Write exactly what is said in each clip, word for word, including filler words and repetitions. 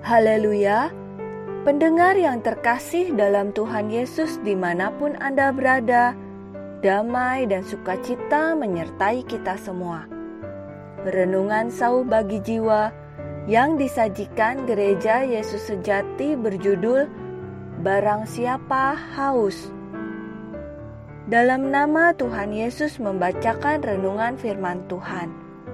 Haleluya! Pendengar yang terkasih dalam Tuhan Yesus dimanapun Anda berada, damai dan sukacita menyertai kita semua. Renungan Sauh bagi jiwa yang disajikan Gereja Yesus Sejati berjudul Barang Siapa Haus. Dalam nama Tuhan Yesus membacakan renungan firman Tuhan.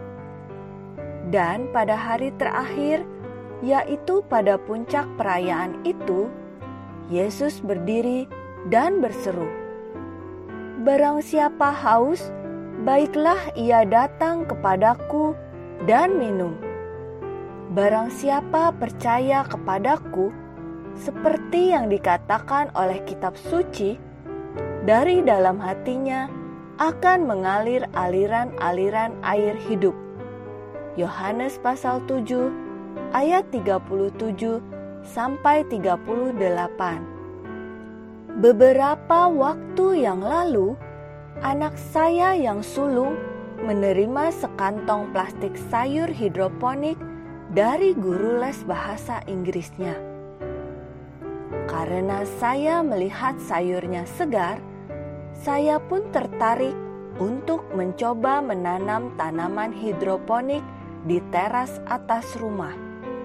Dan pada hari terakhir, yaitu pada puncak perayaan itu, Yesus berdiri dan berseru, "Barang siapa haus, baiklah ia datang kepadaku dan minum. Barang siapa percaya kepadaku, seperti yang dikatakan oleh kitab suci, dari dalam hatinya akan mengalir aliran-aliran air hidup." Yohanes pasal tujuh ayat tiga puluh tujuh sampai tiga puluh delapan. Beberapa waktu yang lalu, anak saya yang sulung menerima sekantong plastik sayur hidroponik dari guru les bahasa Inggrisnya. Karena saya melihat sayurnya segar, saya pun tertarik untuk mencoba menanam tanaman hidroponik di teras atas rumah.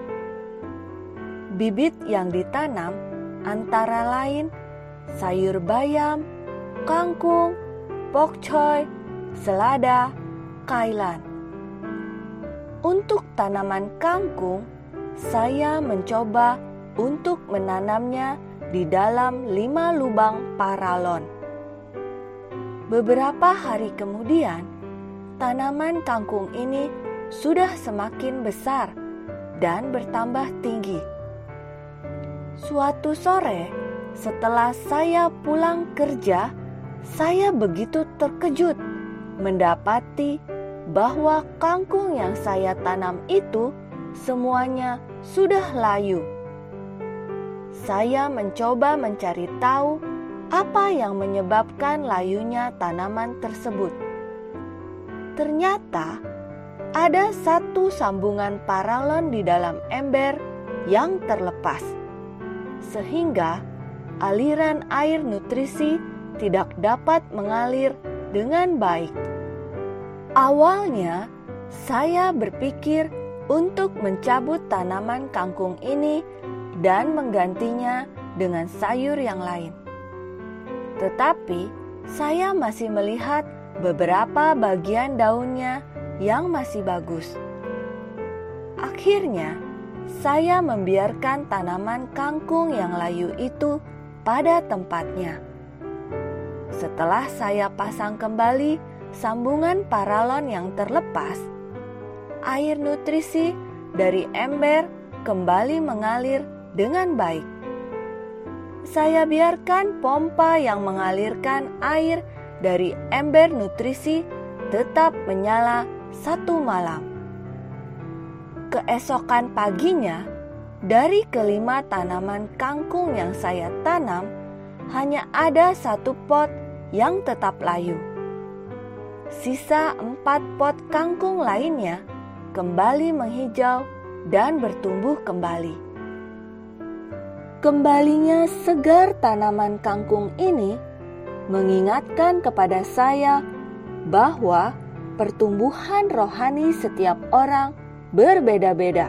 Bibit yang ditanam antara lain sayur bayam, kangkung, pokcoy, selada, kailan. Untuk tanaman kangkung, saya mencoba untuk menanamnya di dalam lima lubang paralon. Beberapa hari kemudian, tanaman kangkung ini sudah semakin besar dan bertambah tinggi. Suatu sore, setelah saya pulang kerja, saya begitu terkejut mendapati bahwa kangkung yang saya tanam itu semuanya sudah layu. Saya mencoba mencari tahu apa yang menyebabkan layunya tanaman tersebut. Ternyata ada satu sambungan paralon di dalam ember yang terlepas, sehingga aliran air nutrisi tidak dapat mengalir dengan baik. Awalnya, saya berpikir untuk mencabut tanaman kangkung ini dan menggantinya dengan sayur yang lain. Tetapi, saya masih melihat beberapa bagian daunnya yang masih bagus. Akhirnya, saya membiarkan tanaman kangkung yang layu itu pada tempatnya. Setelah saya pasang kembali sambungan paralon yang terlepas, air nutrisi dari ember kembali mengalir dengan baik. Saya biarkan pompa yang mengalirkan air dari ember nutrisi tetap menyala satu malam. Keesokan paginya, dari kelima tanaman kangkung yang saya tanam, hanya ada satu pot yang tetap layu. Sisa empat pot kangkung lainnya kembali menghijau dan bertumbuh kembali. Kembalinya segar tanaman kangkung ini mengingatkan kepada saya bahwa pertumbuhan rohani setiap orang berbeda-beda.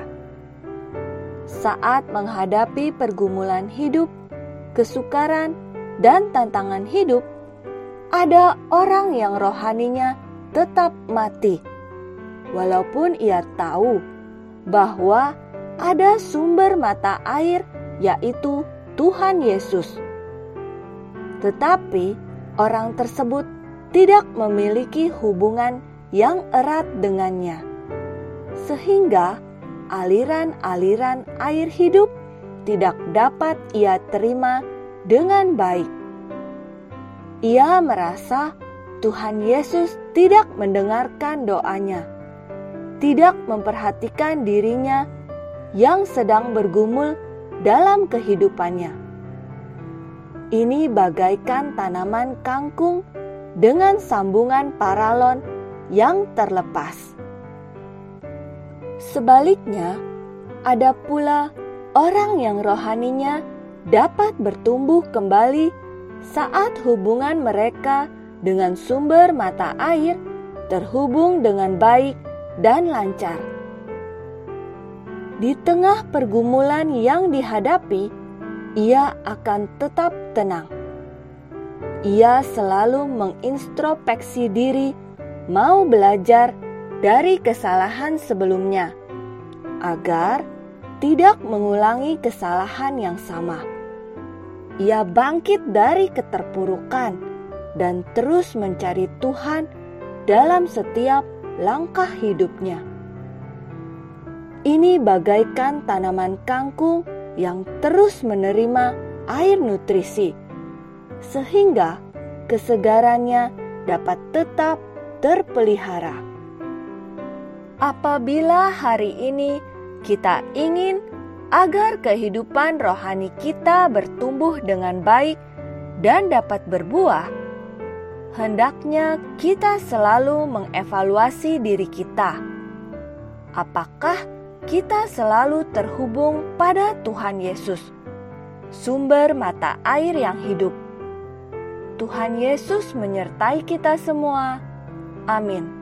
Saat menghadapi pergumulan hidup, kesukaran, dan tantangan hidup, ada orang yang rohaninya tetap mati, walaupun ia tahu bahwa ada sumber mata air, yaitu Tuhan Yesus. Tetapi orang tersebut tidak memiliki hubungan yang erat dengannya, sehingga aliran-aliran air hidup tidak dapat ia terima dengan baik. Ia merasa Tuhan Yesus tidak mendengarkan doanya, tidak memperhatikan dirinya yang sedang bergumul dalam kehidupannya. Ini bagaikan tanaman kangkung dengan sambungan paralon yang terlepas. Sebaliknya, ada pula orang yang rohaninya dapat bertumbuh kembali saat hubungan mereka dengan sumber mata air terhubung dengan baik dan lancar. Di tengah pergumulan yang dihadapi, ia akan tetap tenang. Ia selalu mengintrospeksi diri, mau belajar dari kesalahan sebelumnya, agar tidak mengulangi kesalahan yang sama. Ia bangkit dari keterpurukan dan terus mencari Tuhan dalam setiap langkah hidupnya. Ini bagaikan tanaman kangkung yang terus menerima air nutrisi, sehingga kesegarannya dapat tetap terpelihara. Apabila hari ini kita ingin agar kehidupan rohani kita bertumbuh dengan baik dan dapat berbuah, hendaknya kita selalu mengevaluasi diri kita. Apakah kita selalu terhubung pada Tuhan Yesus, sumber mata air yang hidup? Tuhan Yesus menyertai kita semua. Amin.